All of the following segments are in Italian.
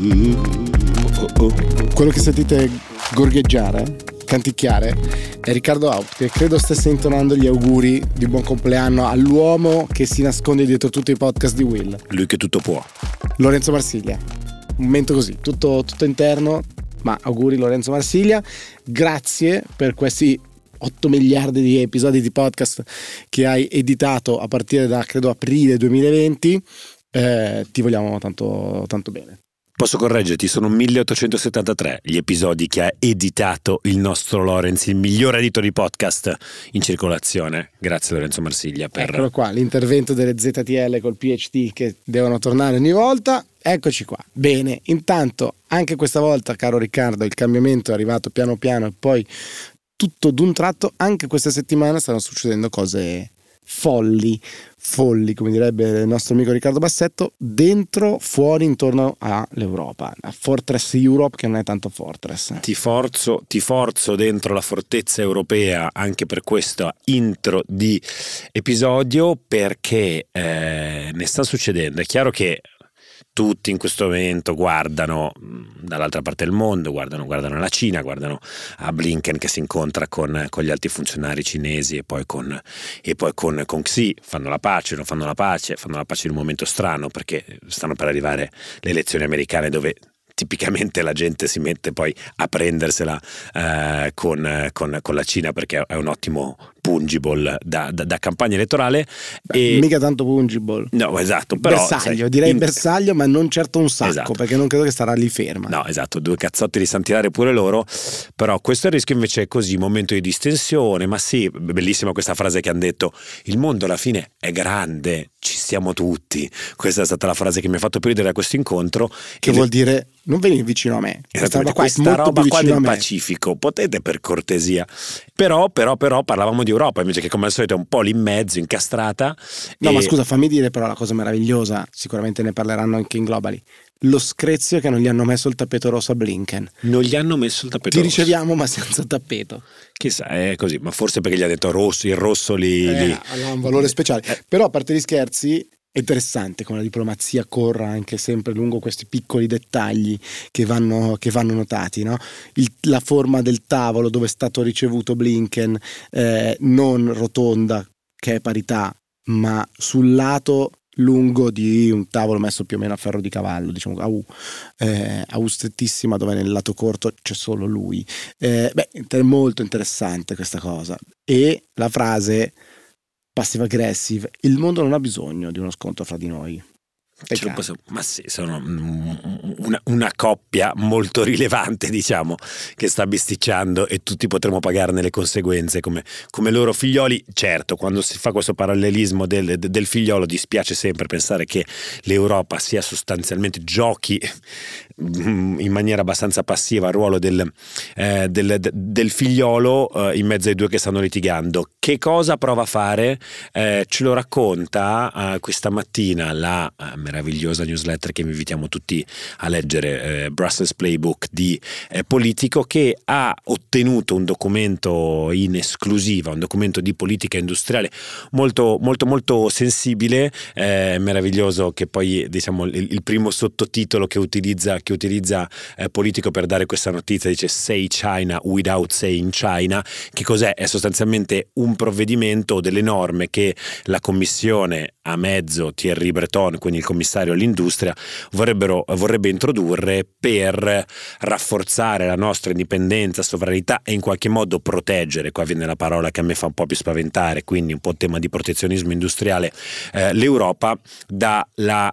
Quello che sentite gorgheggiare, canticchiare, è Riccardo Haupt, che credo stesse intonando gli auguri di buon compleanno all'uomo che si nasconde dietro tutti i podcast di Will. Lui che tutto può. Lorenzo Marsiglia. Un momento così, tutto interno, ma auguri Lorenzo Marsiglia. Grazie per questi 8 miliardi di episodi di podcast che hai editato a partire da, credo, aprile 2020. Ti vogliamo tanto bene. Posso correggerti, sono 1873 gli episodi che ha editato il nostro Lorenz, il miglior editore di podcast in circolazione. Grazie Lorenzo Marsiglia per... Eccolo qua, l'intervento delle ZTL col PhD che devono tornare ogni volta. Eccoci qua. Bene, intanto anche questa volta, caro Riccardo, il cambiamento è arrivato piano piano e poi tutto d'un tratto. Anche questa settimana stanno succedendo cose folli, come direbbe il nostro amico Riccardo Bassetto, dentro, fuori, intorno all'Europa, a Fortress Europe, che non è tanto Fortress. Ti forzo dentro la fortezza europea anche per questo intro di episodio, perché ne sta succedendo. È chiaro che tutti in questo momento guardano dall'altra parte del mondo, guardano la Cina, guardano a Blinken che si incontra con gli alti funzionari cinesi e poi con Xi, fanno la pace, non fanno la pace in un momento strano, perché stanno per arrivare le elezioni americane dove tipicamente la gente si mette poi a prendersela con la Cina, perché è un ottimo pungible da campagna elettorale. E mica tanto pungible. No, esatto, però bersaglio, bersaglio, ma non certo un sacco, esatto. Perché non credo che starà lì ferma. No, esatto, 2 cazzotti li sanno tirare pure loro, però questo è il rischio. Invece è così, momento di distensione. Ma sì, bellissima questa frase che hanno detto: il mondo alla fine è grande, ci siamo tutti. Questa è stata la frase che mi ha fatto più ridere a questo incontro, che vuol dire non venire vicino a me. Questa roba qua del Pacifico, potete per cortesia. Però parlavamo di Europa invece, che come al solito è un po' lì in mezzo, incastrata. No, ma scusa, fammi dire però la cosa meravigliosa, sicuramente ne parleranno anche in Globally: lo screzio che non gli hanno messo il tappeto rosso a Blinken. Non gli hanno messo il tappeto rosso. Ti riceviamo ma senza tappeto. Chissà, è così, ma forse perché gli ha detto rosso, il rosso lì ha un valore speciale. Però a parte gli scherzi, è interessante come la diplomazia corra anche sempre lungo questi piccoli dettagli che vanno notati, no? La forma del tavolo dove è stato ricevuto Blinken, non rotonda, che è parità, ma sul lato lungo di un tavolo messo più o meno a ferro di cavallo, diciamo a U strettissima, dove nel lato corto c'è solo lui. È molto interessante questa cosa. E la frase passive aggressive: il mondo non ha bisogno di uno scontro fra di noi. Ma sì, sono una coppia molto rilevante, diciamo, che sta bisticciando, e tutti potremo pagarne le conseguenze come loro figlioli. Certo, quando si fa questo parallelismo del figliolo, dispiace sempre pensare che l'Europa sia sostanzialmente giochi in maniera abbastanza passiva il ruolo del figliolo in mezzo ai due che stanno litigando. Che cosa prova a fare? Ce lo racconta questa mattina la meravigliosa newsletter che vi invitiamo tutti a leggere, Brussels Playbook di Politico, che ha ottenuto un documento in esclusiva, un documento di politica industriale molto molto molto sensibile. Meraviglioso che poi, diciamo, il primo sottotitolo che utilizza Politico per dare questa notizia dice "Say China without saying China". Che cos'è? È sostanzialmente un provvedimento, delle norme che la Commissione a mezzo Thierry Breton, quindi il commissario all'industria, vorrebbe introdurre per rafforzare la nostra indipendenza, sovranità e in qualche modo proteggere, qua viene la parola che a me fa un po' più spaventare, quindi un po' tema di protezionismo industriale, l'Europa dalla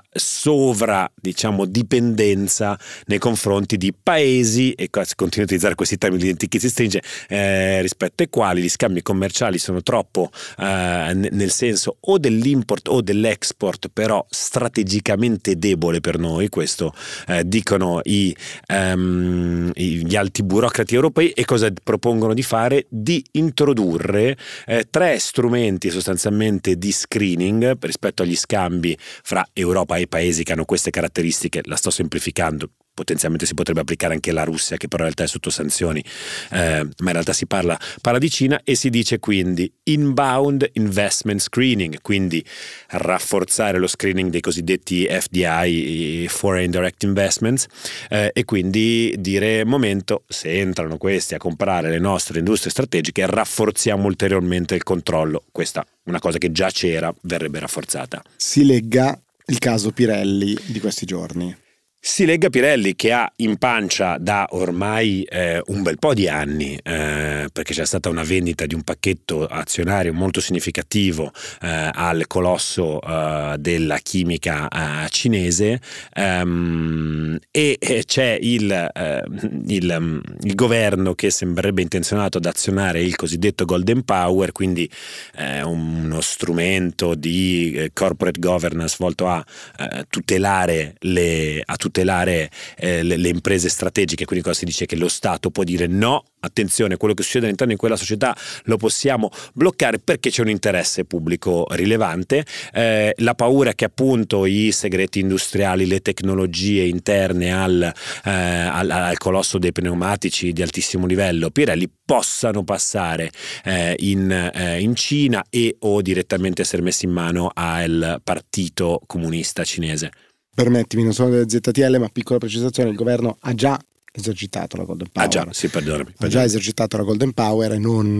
dipendenza nei confronti di paesi, e continuo a utilizzare questi termini di chi si stringe, rispetto ai quali gli scambi commerciali sono troppo nel senso o dell'import o dell'export, però strategicamente debole per noi. Questo dicono gli alti burocrati europei. E cosa propongono di fare? Di introdurre 3 strumenti sostanzialmente di screening rispetto agli scambi fra Europa e paesi che hanno queste caratteristiche. La sto semplificando, potenzialmente si potrebbe applicare anche alla Russia, che però in realtà è sotto sanzioni, ma in realtà si parla di Cina, e si dice quindi inbound investment screening, quindi rafforzare lo screening dei cosiddetti FDI, Foreign Direct Investments, e quindi dire momento, se entrano questi a comprare le nostre industrie strategiche rafforziamo ulteriormente il controllo. Questa è una cosa che già c'era, verrebbe rafforzata. Si legga il caso Pirelli di questi giorni. Si legga Pirelli, che ha in pancia da ormai un bel po' di anni, perché c'è stata una vendita di un pacchetto azionario molto significativo al colosso della chimica cinese, e c'è il governo che sembrerebbe intenzionato ad azionare il cosiddetto Golden Power, quindi uno strumento di corporate governance volto a tutelare le imprese strategiche. Quindi cosa si dice? Che lo Stato può dire no, attenzione, quello che succede all'interno di quella società lo possiamo bloccare perché c'è un interesse pubblico rilevante. La paura è che appunto i segreti industriali, le tecnologie interne al colosso dei pneumatici di altissimo livello Pirelli possano passare in Cina e o direttamente essere messi in mano al Partito Comunista Cinese. Permettimi, non sono delle ZTL, ma piccola precisazione: il governo ha già esercitato la Golden Power. Perdonami. Ha già esercitato la Golden Power e non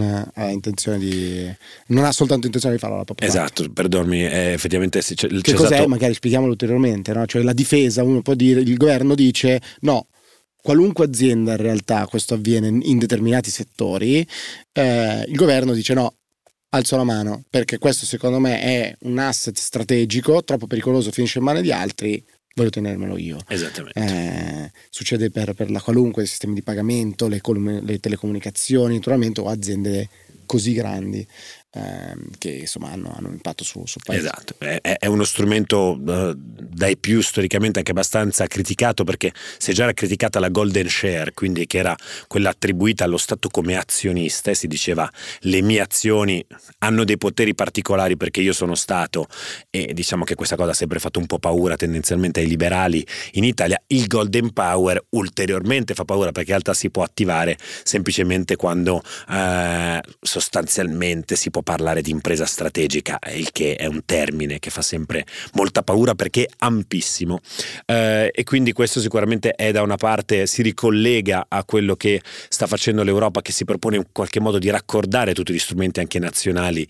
ha soltanto intenzione di farlo alla Pop. Esatto, perdonami, effettivamente che cos'è? Magari spieghiamolo ulteriormente, no? Cioè la difesa, uno può dire, il governo dice no, qualunque azienda in realtà questo avviene in determinati settori, il governo dice no, alzo la mano, perché questo secondo me è un asset strategico, troppo pericoloso, finisce in mano di altri, voglio tenermelo io. Esattamente. Succede per la qualunque sistemi di pagamento, le telecomunicazioni, naturalmente, o aziende così grandi che insomma hanno un impatto sul paese. Esatto, è uno strumento dai più storicamente anche abbastanza criticato, perché si è già criticata la Golden Share, quindi che era quella attribuita allo Stato come azionista, e si diceva le mie azioni hanno dei poteri particolari perché io sono Stato, e diciamo che questa cosa ha sempre fatto un po' paura tendenzialmente ai liberali in Italia. Il Golden Power ulteriormente fa paura, perché in realtà si può attivare semplicemente quando sostanzialmente si può parlare di impresa strategica, il che è un termine che fa sempre molta paura perché è ampissimo, e quindi questo sicuramente è, da una parte si ricollega a quello che sta facendo l'Europa, che si propone in qualche modo di raccordare tutti gli strumenti anche nazionali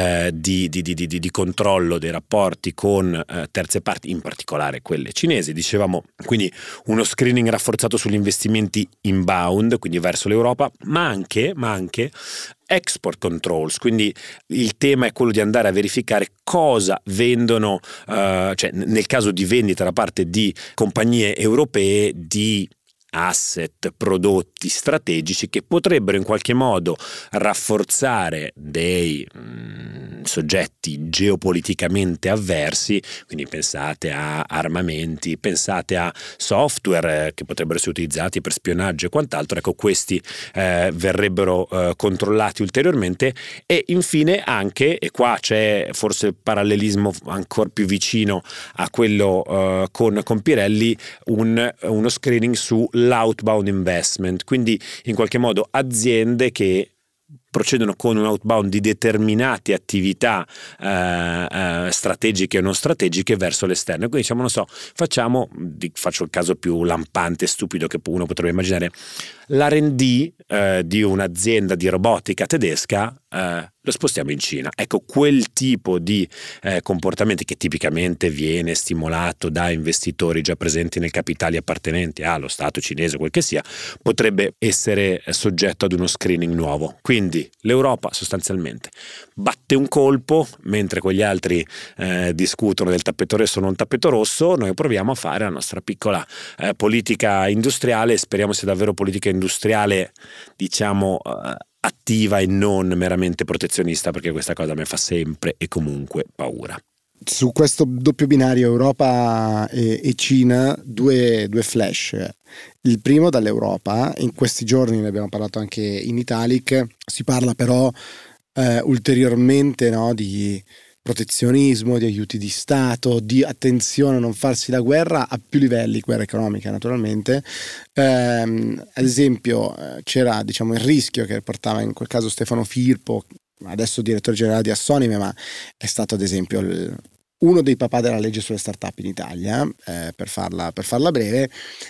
di controllo dei rapporti con terze parti, in particolare quelle cinesi, dicevamo, quindi uno screening rafforzato sugli investimenti inbound, quindi verso l'Europa, ma anche export controls, quindi il tema è quello di andare a verificare cosa vendono, cioè nel caso di vendita da parte di compagnie europee di asset, prodotti strategici che potrebbero in qualche modo rafforzare dei soggetti geopoliticamente avversi, quindi pensate a armamenti, pensate a software che potrebbero essere utilizzati per spionaggio e quant'altro. Ecco, questi verrebbero controllati ulteriormente. E infine anche, e qua c'è forse il parallelismo ancora più vicino a quello con Pirelli, uno screening sull'outbound investment, quindi in qualche modo aziende che procedono con un outbound di determinate attività strategiche o non strategiche verso l'esterno. Quindi diciamo, non so, faccio il caso più lampante e stupido che uno potrebbe immaginare: l'R&D di un'azienda di robotica tedesca lo spostiamo in Cina. Ecco, quel tipo di comportamenti che tipicamente viene stimolato da investitori già presenti nel capitale appartenenti allo Stato cinese, quel che sia, potrebbe essere soggetto ad uno screening nuovo. Quindi l'Europa sostanzialmente batte un colpo, mentre quegli altri discutono del tappeto rosso o non tappeto rosso, noi proviamo a fare la nostra piccola politica industriale, e speriamo sia davvero politica industriale, diciamo, attiva e non meramente protezionista, perché questa cosa mi fa sempre e comunque paura. Su questo doppio binario Europa e Cina, due flash. Il primo dall'Europa: in questi giorni, ne abbiamo parlato anche in Italic, si parla però ulteriormente, no, di protezionismo, di aiuti di Stato, di attenzione a non farsi la guerra a più livelli, guerra economica naturalmente. Ad esempio c'era, diciamo, il rischio che portava in quel caso Stefano Firpo, adesso direttore generale di Assonime, ma è stato ad esempio uno dei papà della legge sulle start-up in Italia, per farla breve,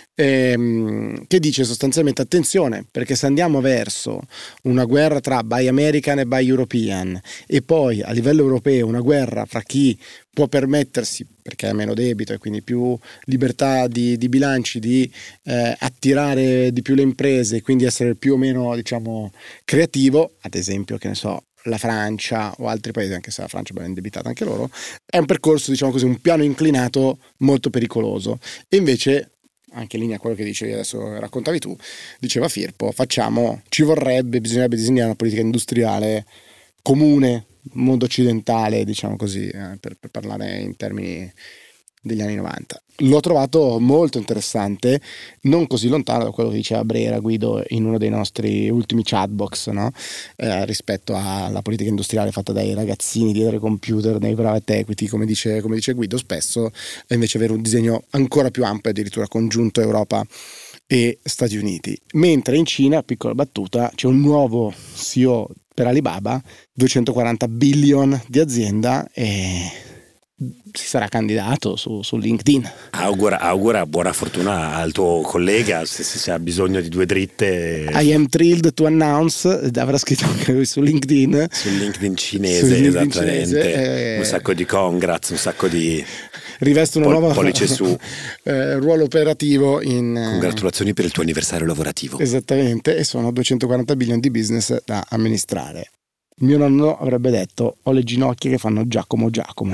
che dice sostanzialmente attenzione, perché se andiamo verso una guerra tra Buy American e Buy European e poi a livello europeo una guerra fra chi può permettersi, perché ha meno debito e quindi più libertà di bilanci, di attirare di più le imprese e quindi essere più o meno, diciamo, creativo, ad esempio, che ne so, la Francia o altri paesi, anche se la Francia è ben indebitata anche loro, è un percorso, diciamo così, un piano inclinato molto pericoloso. E invece, anche in linea a quello che dicevi adesso, raccontavi tu, diceva Firpo, bisognerebbe disegnare una politica industriale comune, mondo occidentale, diciamo così, per parlare in termini degli anni 90. L'ho trovato molto interessante, non così lontano da quello che diceva Brera Guido in uno dei nostri ultimi chatbox, no? Rispetto alla politica industriale fatta dai ragazzini dietro ai computer, nei private equity, come dice Guido spesso, è invece avere un disegno ancora più ampio, addirittura congiunto Europa e Stati Uniti. Mentre in Cina, piccola battuta, c'è un nuovo CEO per Alibaba, 240 billion di azienda, e si sarà candidato su LinkedIn. Augura buona fortuna al tuo collega, se ha bisogno di due dritte. I am thrilled to announce, avrà scritto anche lui su LinkedIn. Su LinkedIn cinese, esattamente. Un sacco di congrats, un sacco di... Riveste una nuova pollice su. Ruolo operativo in... Congratulazioni per il tuo anniversario lavorativo. Esattamente, e sono 240 billion di business da amministrare. Mio nonno avrebbe detto: ho le ginocchia che fanno Giacomo.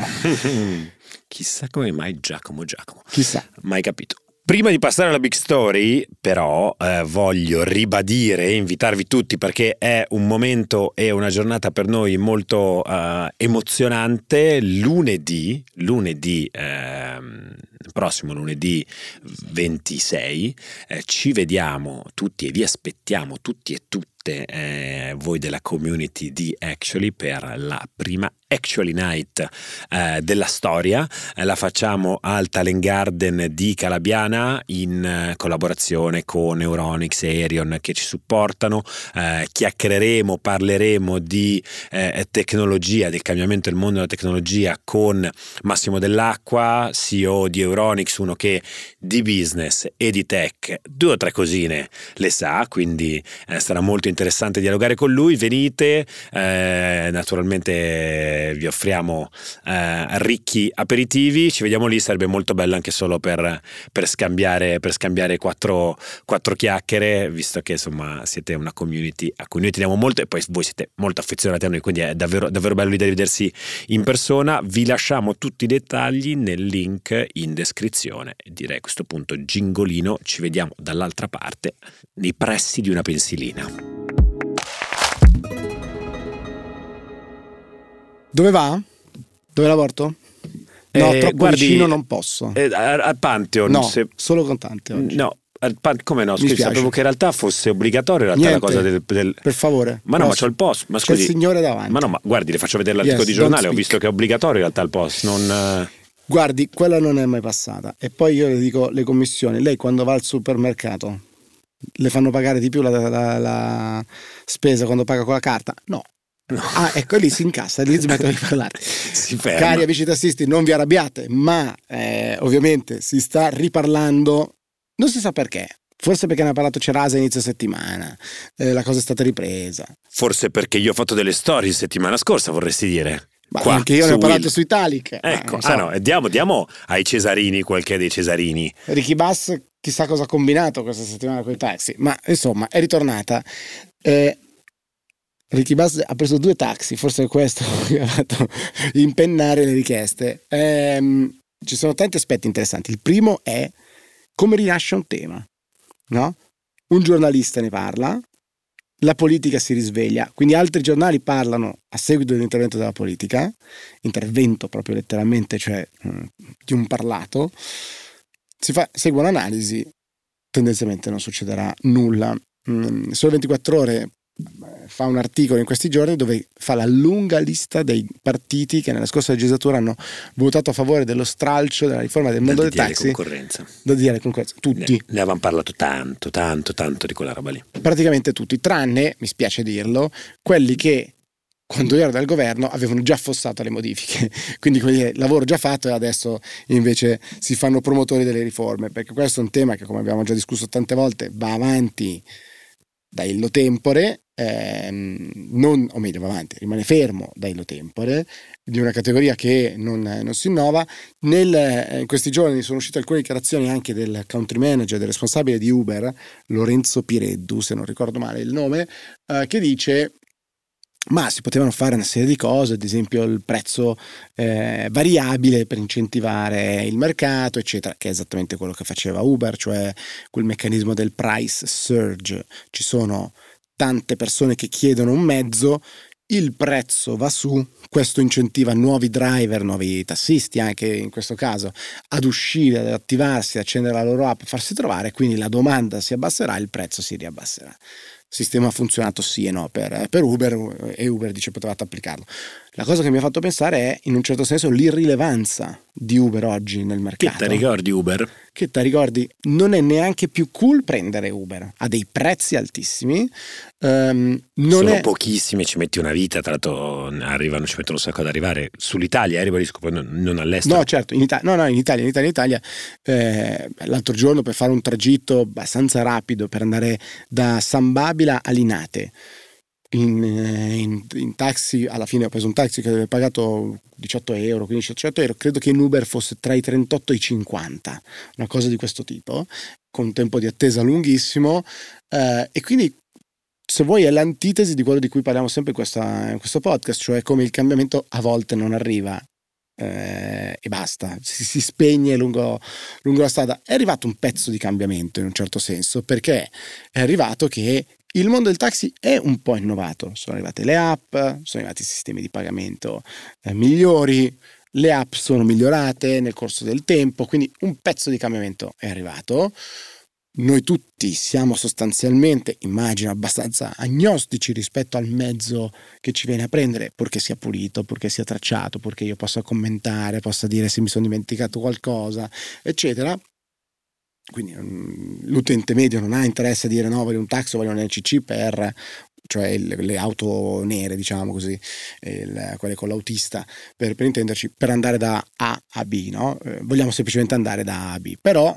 Chissà come mai Giacomo. Chissà. Mai capito. Prima di passare alla big story, però, voglio ribadire e invitarvi tutti, perché è un momento e una giornata per noi molto emozionante. Prossimo lunedì 26, ci vediamo tutti e vi aspettiamo tutti e tutte, voi della community di Actually, per la prima Actually Night della storia. La facciamo al Talent Garden di Calabiana in collaborazione con Euronics e Aerion che ci supportano. Chiacchiereremo, parleremo di tecnologia, del cambiamento del mondo della tecnologia con Massimo Dell'Acqua, CEO di Euronics, uno che di business e di tech 2 o 3 cosine le sa, quindi sarà molto interessante dialogare con lui. Venite, naturalmente vi offriamo ricchi aperitivi, ci vediamo lì, sarebbe molto bello anche solo per scambiare 4 chiacchiere, visto che insomma siete una community a cui noi teniamo molto e poi voi siete molto affezionati a noi, quindi è davvero bello l'idea di vedersi in persona. Vi lasciamo tutti i dettagli nel link in descrizione. Direi a questo punto gingolino, ci vediamo dall'altra parte, nei pressi di una pensilina. Dove va? Dove la porto? No, troppo vicino non posso. Al Pantheon? No, solo con tante oggi. No, come no? Scusi, sapevo che in realtà fosse obbligatorio in realtà. Niente, la cosa del... Per favore. Ma no, ma c'ho il post. Ma scusi, c'è il signore davanti. Ma no, ma guardi, le faccio vedere l'articolo di giornale. Ho visto che è obbligatorio in realtà il post. Non... Guardi, quella non è mai passata. E poi io le dico le commissioni. Lei quando va al supermercato le fanno pagare di più la spesa quando paga con la carta? No. Ah, ecco, lì si incassa, lì smettono di parlare. Si ferma. Cari amici tassisti, non vi arrabbiate, ma ovviamente si sta riparlando, non si sa perché. Forse perché ne ha parlato Cerasa inizio settimana, la cosa è stata ripresa. Forse perché io ho fatto delle storie settimana scorsa, vorresti dire. Ma anche io ne ho parlato su Italic. Ecco, no, diamo ai Cesarini qualche dei Cesarini. Ricky Bass chissà cosa ha combinato questa settimana con i taxi, ma insomma è ritornata. Ricky Bass ha preso 2 taxi, forse è questo che ha fatto impennare le richieste. Ci sono tanti aspetti interessanti. Il primo è come rinasce un tema, no? Un giornalista ne parla, la politica si risveglia, quindi altri giornali parlano a seguito dell'intervento della politica, intervento proprio letteralmente, cioè di un parlato, segue un'analisi, tendenzialmente non succederà nulla. Solo 24 ore fa un articolo in questi giorni dove fa la lunga lista dei partiti che nella scorsa legislatura hanno votato a favore dello stralcio della riforma del mondo del taxi. Da dire concorrenza. Tutti. Ne avevamo parlato tanto di quella roba lì. Praticamente tutti, tranne, mi spiace dirlo, quelli che quando ero dal governo avevano già affossato le modifiche, quindi come dire, lavoro già fatto e adesso invece si fanno promotori delle riforme, perché questo è un tema che, come abbiamo già discusso tante volte, va avanti da illo tempore, rimane fermo da illo tempore, di una categoria che non si innova. In questi giorni sono uscite alcune dichiarazioni anche del country manager, del responsabile di Uber, Lorenzo Pireddu, se non ricordo male il nome, che dice: ma si potevano fare una serie di cose, ad esempio il prezzo variabile per incentivare il mercato, eccetera, che è esattamente quello che faceva Uber, cioè quel meccanismo del price surge. Ci sono tante persone che chiedono un mezzo, il prezzo va su, questo incentiva nuovi driver, nuovi tassisti anche in questo caso, ad uscire, ad attivarsi, ad accendere la loro app, farsi trovare, quindi la domanda si abbasserà, il prezzo si riabbasserà. Il sistema ha funzionato sì e no per Uber, e Uber dice potevate applicarlo. La cosa che mi ha fatto pensare è, in un certo senso, l'irrilevanza di Uber oggi nel mercato. Che ti ricordi Uber? Che ti ricordi? Non è neanche più cool prendere Uber, ha dei prezzi altissimi. Sono pochissimi, ci metti una vita, tra l'altro arrivano, ci mettono un sacco ad arrivare sull'Italia, ribadisco, poi non all'estero. No, certo, in Italia l'altro giorno, per fare un tragitto abbastanza rapido per andare da San Babila a Linate in taxi, alla fine ho preso un taxi che avevo pagato 18 euro, quindi 18 euro, credo che in Uber fosse tra i 38 e i 50, una cosa di questo tipo, con un tempo di attesa lunghissimo, e quindi, se vuoi, è l'antitesi di quello di cui parliamo sempre in questo podcast, cioè come il cambiamento a volte non arriva e basta, si spegne lungo la strada. È arrivato un pezzo di cambiamento in un certo senso, perché è arrivato che il mondo del taxi è un po' innovato, sono arrivate le app, sono arrivati sistemi di pagamento migliori, le app sono migliorate nel corso del tempo, quindi un pezzo di cambiamento è arrivato. Noi tutti siamo sostanzialmente, immagino, abbastanza agnostici rispetto al mezzo che ci viene a prendere, purché sia pulito, purché sia tracciato, purché io possa commentare, possa dire se mi sono dimenticato qualcosa, eccetera. Quindi l'utente medio non ha interesse a dire no, voglio un taxi, voglio un NCC cioè le auto nere, diciamo così, quelle con l'autista, per intenderci, per andare da A a B, no? Vogliamo semplicemente andare da A a B. Però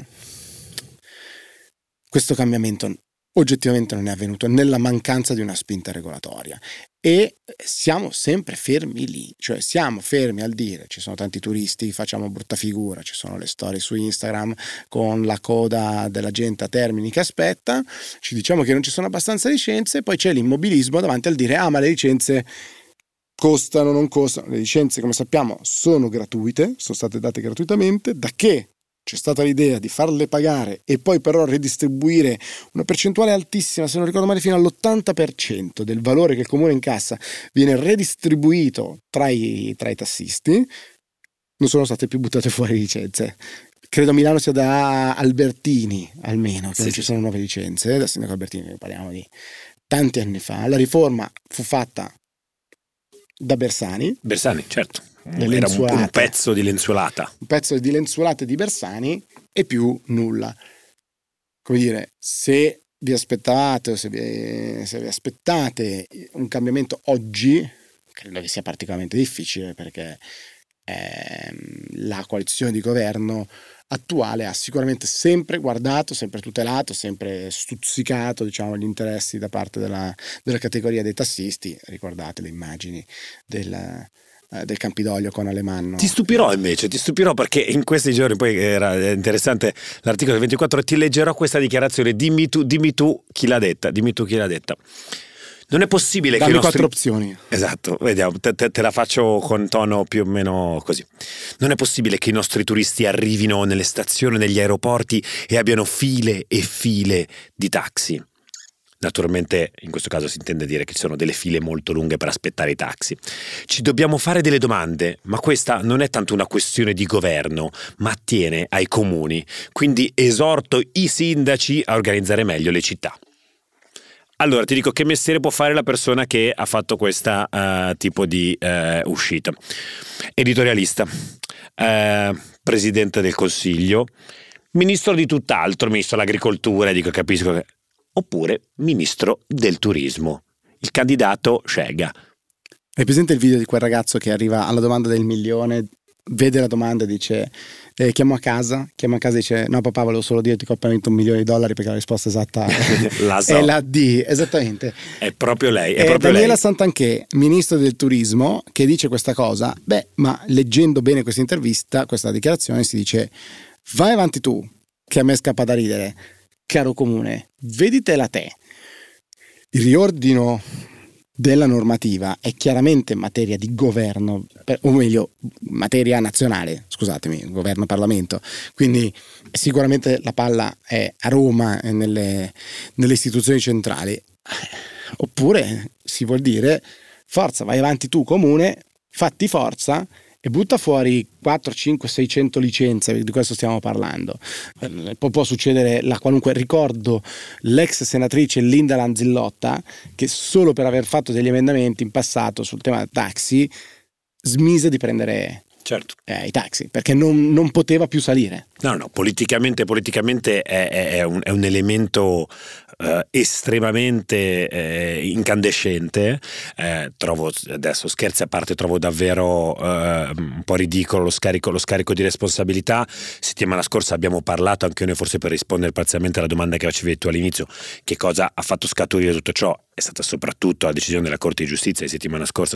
questo cambiamento oggettivamente non è avvenuto nella mancanza di una spinta regolatoria, e siamo sempre fermi lì, cioè siamo fermi al dire ci sono tanti turisti, facciamo brutta figura, ci sono le storie su Instagram con la coda della gente a Termini che aspetta, ci diciamo che non ci sono abbastanza licenze, poi c'è l'immobilismo davanti al dire ma le licenze costano, non costano. Le licenze, come sappiamo, sono gratuite, sono state date gratuitamente, da che c'è stata l'idea di farle pagare e poi però redistribuire una percentuale altissima, se non ricordo male fino all'80% del valore che il comune incassa viene redistribuito tra i tassisti, non sono state più buttate fuori licenze. Credo a Milano sia da Albertini almeno che non ci sono nuove licenze, da sindaco Albertini, parliamo di tanti anni fa. La riforma fu fatta da Bersani, certo, era un pezzo di lenzuolata. Un pezzo di lenzuolate di Bersani e più nulla. Come dire, se vi aspettate o se vi aspettate un cambiamento oggi, credo che sia particolarmente difficile, perché la coalizione di governo attuale ha sicuramente sempre guardato, sempre tutelato, sempre stuzzicato, diciamo, gli interessi da parte della categoria dei tassisti. Ricordate le immagini del Campidoglio con Alemanno. Ti stupirò perché in questi giorni, poi era interessante l'articolo del 24, ti leggerò questa dichiarazione, dimmi tu chi l'ha detta. Non è possibile che quattro opzioni. Esatto, vediamo, te la faccio con tono più o meno così. Non è possibile che i nostri turisti arrivino nelle stazioni, negli aeroporti e abbiano file e file di taxi. Naturalmente in questo caso si intende dire che ci sono delle file molto lunghe per aspettare i taxi. Ci dobbiamo fare delle domande, ma questa non è tanto una questione di governo, ma attiene ai comuni. Quindi esorto i sindaci a organizzare meglio le città. Allora, ti dico che mestiere può fare la persona che ha fatto questa tipo di uscita. Editorialista, presidente del Consiglio, ministro di tutt'altro, ministro dell'agricoltura, dico, capisco che... oppure ministro del turismo, il candidato Scega. Hai presente il video di quel ragazzo che arriva alla domanda del milione, vede la domanda e dice chiamo a casa e dice no papà, volevo solo dirti che ho appena vinto $1 milione perché la risposta esatta è la D, esattamente. È proprio lei. È proprio Daniela lei. Santanchè, ministro del turismo, che dice questa cosa. Beh, ma leggendo bene questa intervista, questa dichiarazione, si dice vai avanti tu, che a me scappa da ridere, caro comune, veditela te. Il riordino della normativa è chiaramente materia di governo, o meglio materia nazionale, scusatemi, governo Parlamento, quindi sicuramente la palla è a Roma e nelle istituzioni centrali, oppure si vuol dire forza, vai avanti tu comune, fatti forza e butta fuori 4, 5, 600 licenze, di questo stiamo parlando. Può succedere la qualunque. Ricordo l'ex senatrice Linda Lanzillotta che solo per aver fatto degli emendamenti in passato sul tema del taxi smise di prendere i taxi perché non poteva più salire. No, politicamente è un elemento estremamente incandescente. Trovo, adesso scherzi a parte, trovo davvero un po' ridicolo lo scarico di responsabilità. Settimana scorsa abbiamo parlato anche noi, forse per rispondere parzialmente alla domanda che facevi tu all'inizio, che cosa ha fatto scaturire tutto ciò. È stata soprattutto la decisione della Corte di Giustizia di settimana scorsa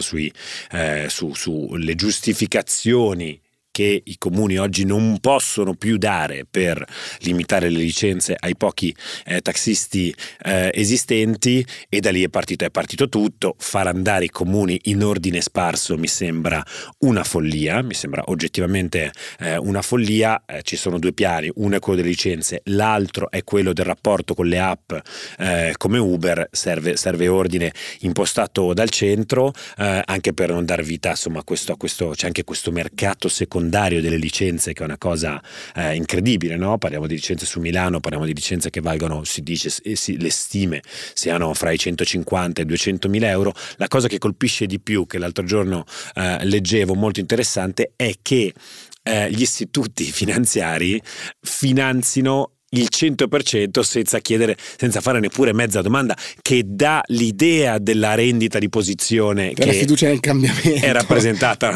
sulle giustificazioni che i comuni oggi non possono più dare per limitare le licenze ai pochi taxisti esistenti, e da lì è partito tutto. Far andare i comuni in ordine sparso mi sembra una follia, mi sembra oggettivamente una follia. Ci sono due piani, uno è quello delle licenze, l'altro è quello del rapporto con le app come Uber. Serve ordine impostato dal centro, anche per non dar vita insomma a questo c'è anche questo mercato secondario delle licenze che è una cosa incredibile, no? Parliamo di licenze su Milano, parliamo di licenze che valgono, si dice, le stime siano fra i 150 e i 200 mila euro. La cosa che colpisce di più, che l'altro giorno leggevo, molto interessante, è che gli istituti finanziari finanzino il 100% senza fare neppure mezza domanda, che dà l'idea della rendita di posizione, della che fiducia nel cambiamento è rappresentata.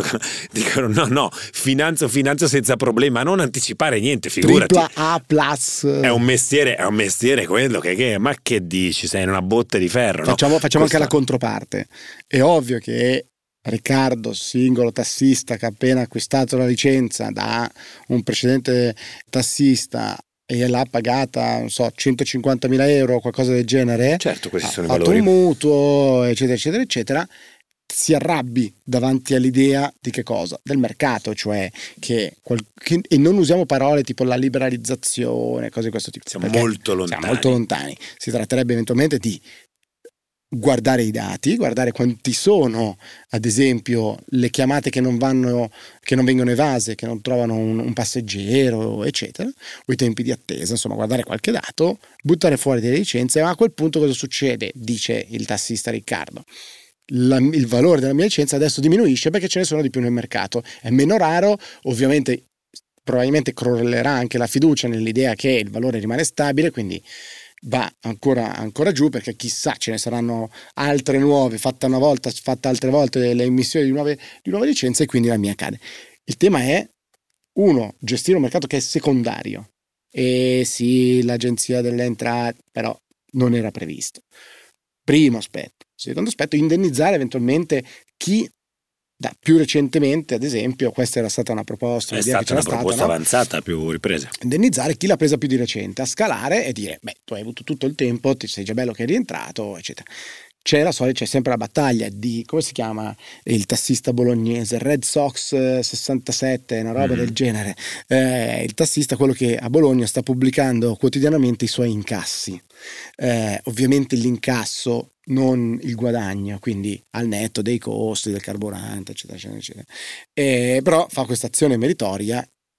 Dicono no, finanzio senza problema, non anticipare niente, figurati. AAA+. È un mestiere quello che ma che dici, sei in una botte di ferro. Facciamo anche la controparte. È ovvio che Riccardo, singolo tassista che ha appena acquistato la licenza da un precedente tassista e l'ha pagata, non so, 150.000 euro o qualcosa del genere, certo, questi sono i valori, ha fatto un mutuo, eccetera eccetera, si arrabbi davanti all'idea di che cosa? Del mercato, cioè che e non usiamo parole tipo la liberalizzazione, cose di questo tipo. Siamo molto lontani. Si tratterebbe eventualmente di guardare i dati, guardare quanti sono, ad esempio, le chiamate che non vengono evase, che non trovano un passeggero, eccetera, o i tempi di attesa, insomma, guardare qualche dato, buttare fuori delle licenze. Ma a quel punto cosa succede? Dice il tassista Riccardo. Il valore della mia licenza adesso diminuisce perché ce ne sono di più nel mercato, è meno raro, ovviamente probabilmente crollerà anche la fiducia nell'idea che il valore rimane stabile, quindi va ancora giù, perché chissà, ce ne saranno altre nuove, fatta una volta, fatta altre volte le emissioni di nuove licenze, e quindi la mia cade. Il tema è, uno, gestire un mercato che è secondario, e sì, l'agenzia delle entrate però non era previsto. Primo aspetto. Secondo aspetto, indennizzare eventualmente chi più recentemente, ad esempio, questa era stata una proposta, è stata una proposta avanzata a più riprese, indennizzare chi l'ha presa più di recente, a scalare e dire tu hai avuto tutto il tempo, ti sei già bello che è rientrato, eccetera. C'è sempre la battaglia di, come si chiama il tassista bolognese, Red Sox 67, una roba del genere, il tassista, quello che a Bologna sta pubblicando quotidianamente i suoi incassi, ovviamente l'incasso, non il guadagno, quindi al netto dei costi del carburante, eccetera. Però fa questa azione meritoria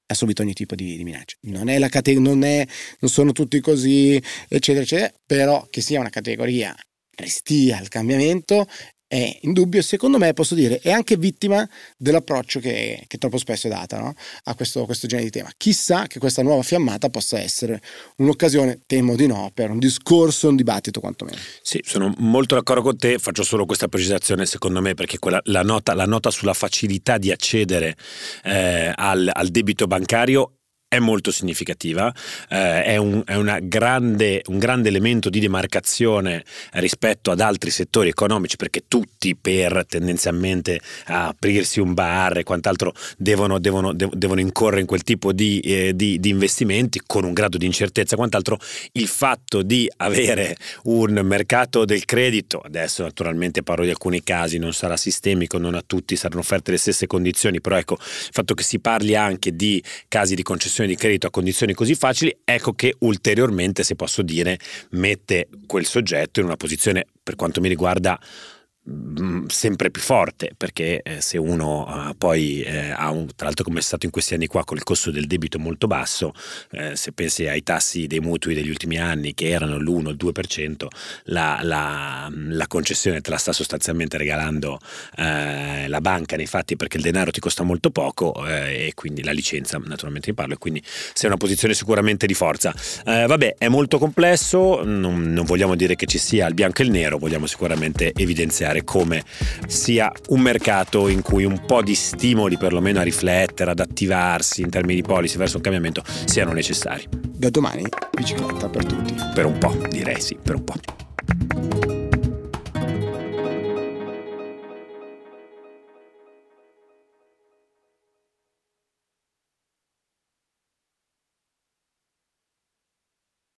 ha subito ogni tipo di minaccia. Non è non sono tutti così, eccetera, eccetera, però che sia una categoria restia al cambiamento è indubbio. Secondo me, posso dire, è anche vittima dell'approccio che troppo spesso è data, no? A questo genere di tema. Chissà che questa nuova fiammata possa essere un'occasione, temo di no, per un discorso, un dibattito quantomeno. Sì, sono molto d'accordo con te, faccio solo questa precisazione secondo me, perché la nota sulla facilità di accedere al debito bancario è molto significativa, è un grande elemento di demarcazione rispetto ad altri settori economici, perché tutti per tendenzialmente aprirsi un bar e quant'altro devono incorrere in quel tipo di investimenti con un grado di incertezza e quant'altro. Il fatto di avere un mercato del credito, adesso naturalmente parlo di alcuni casi, non sarà sistemico, non a tutti saranno offerte le stesse condizioni, però ecco, il fatto che si parli anche di casi di concessione di credito a condizioni così facili, ecco che ulteriormente, se posso dire, mette quel soggetto in una posizione, per quanto mi riguarda, sempre più forte, perché se uno poi ha tra l'altro, come è stato in questi anni qua, con il costo del debito molto basso, se pensi ai tassi dei mutui degli ultimi anni che erano l'1 il 2%, la concessione te la sta sostanzialmente regalando la banca nei fatti, perché il denaro ti costa molto poco, e quindi la licenza naturalmente ne parlo, e quindi sei in una posizione sicuramente di forza. Vabbè, è molto complesso, non vogliamo dire che ci sia il bianco e il nero, vogliamo sicuramente evidenziare come sia un mercato in cui un po' di stimoli, perlomeno a riflettere, ad attivarsi in termini di policy verso un cambiamento, siano necessari. Da domani bicicletta per tutti. Per un po', direi sì, per un po'.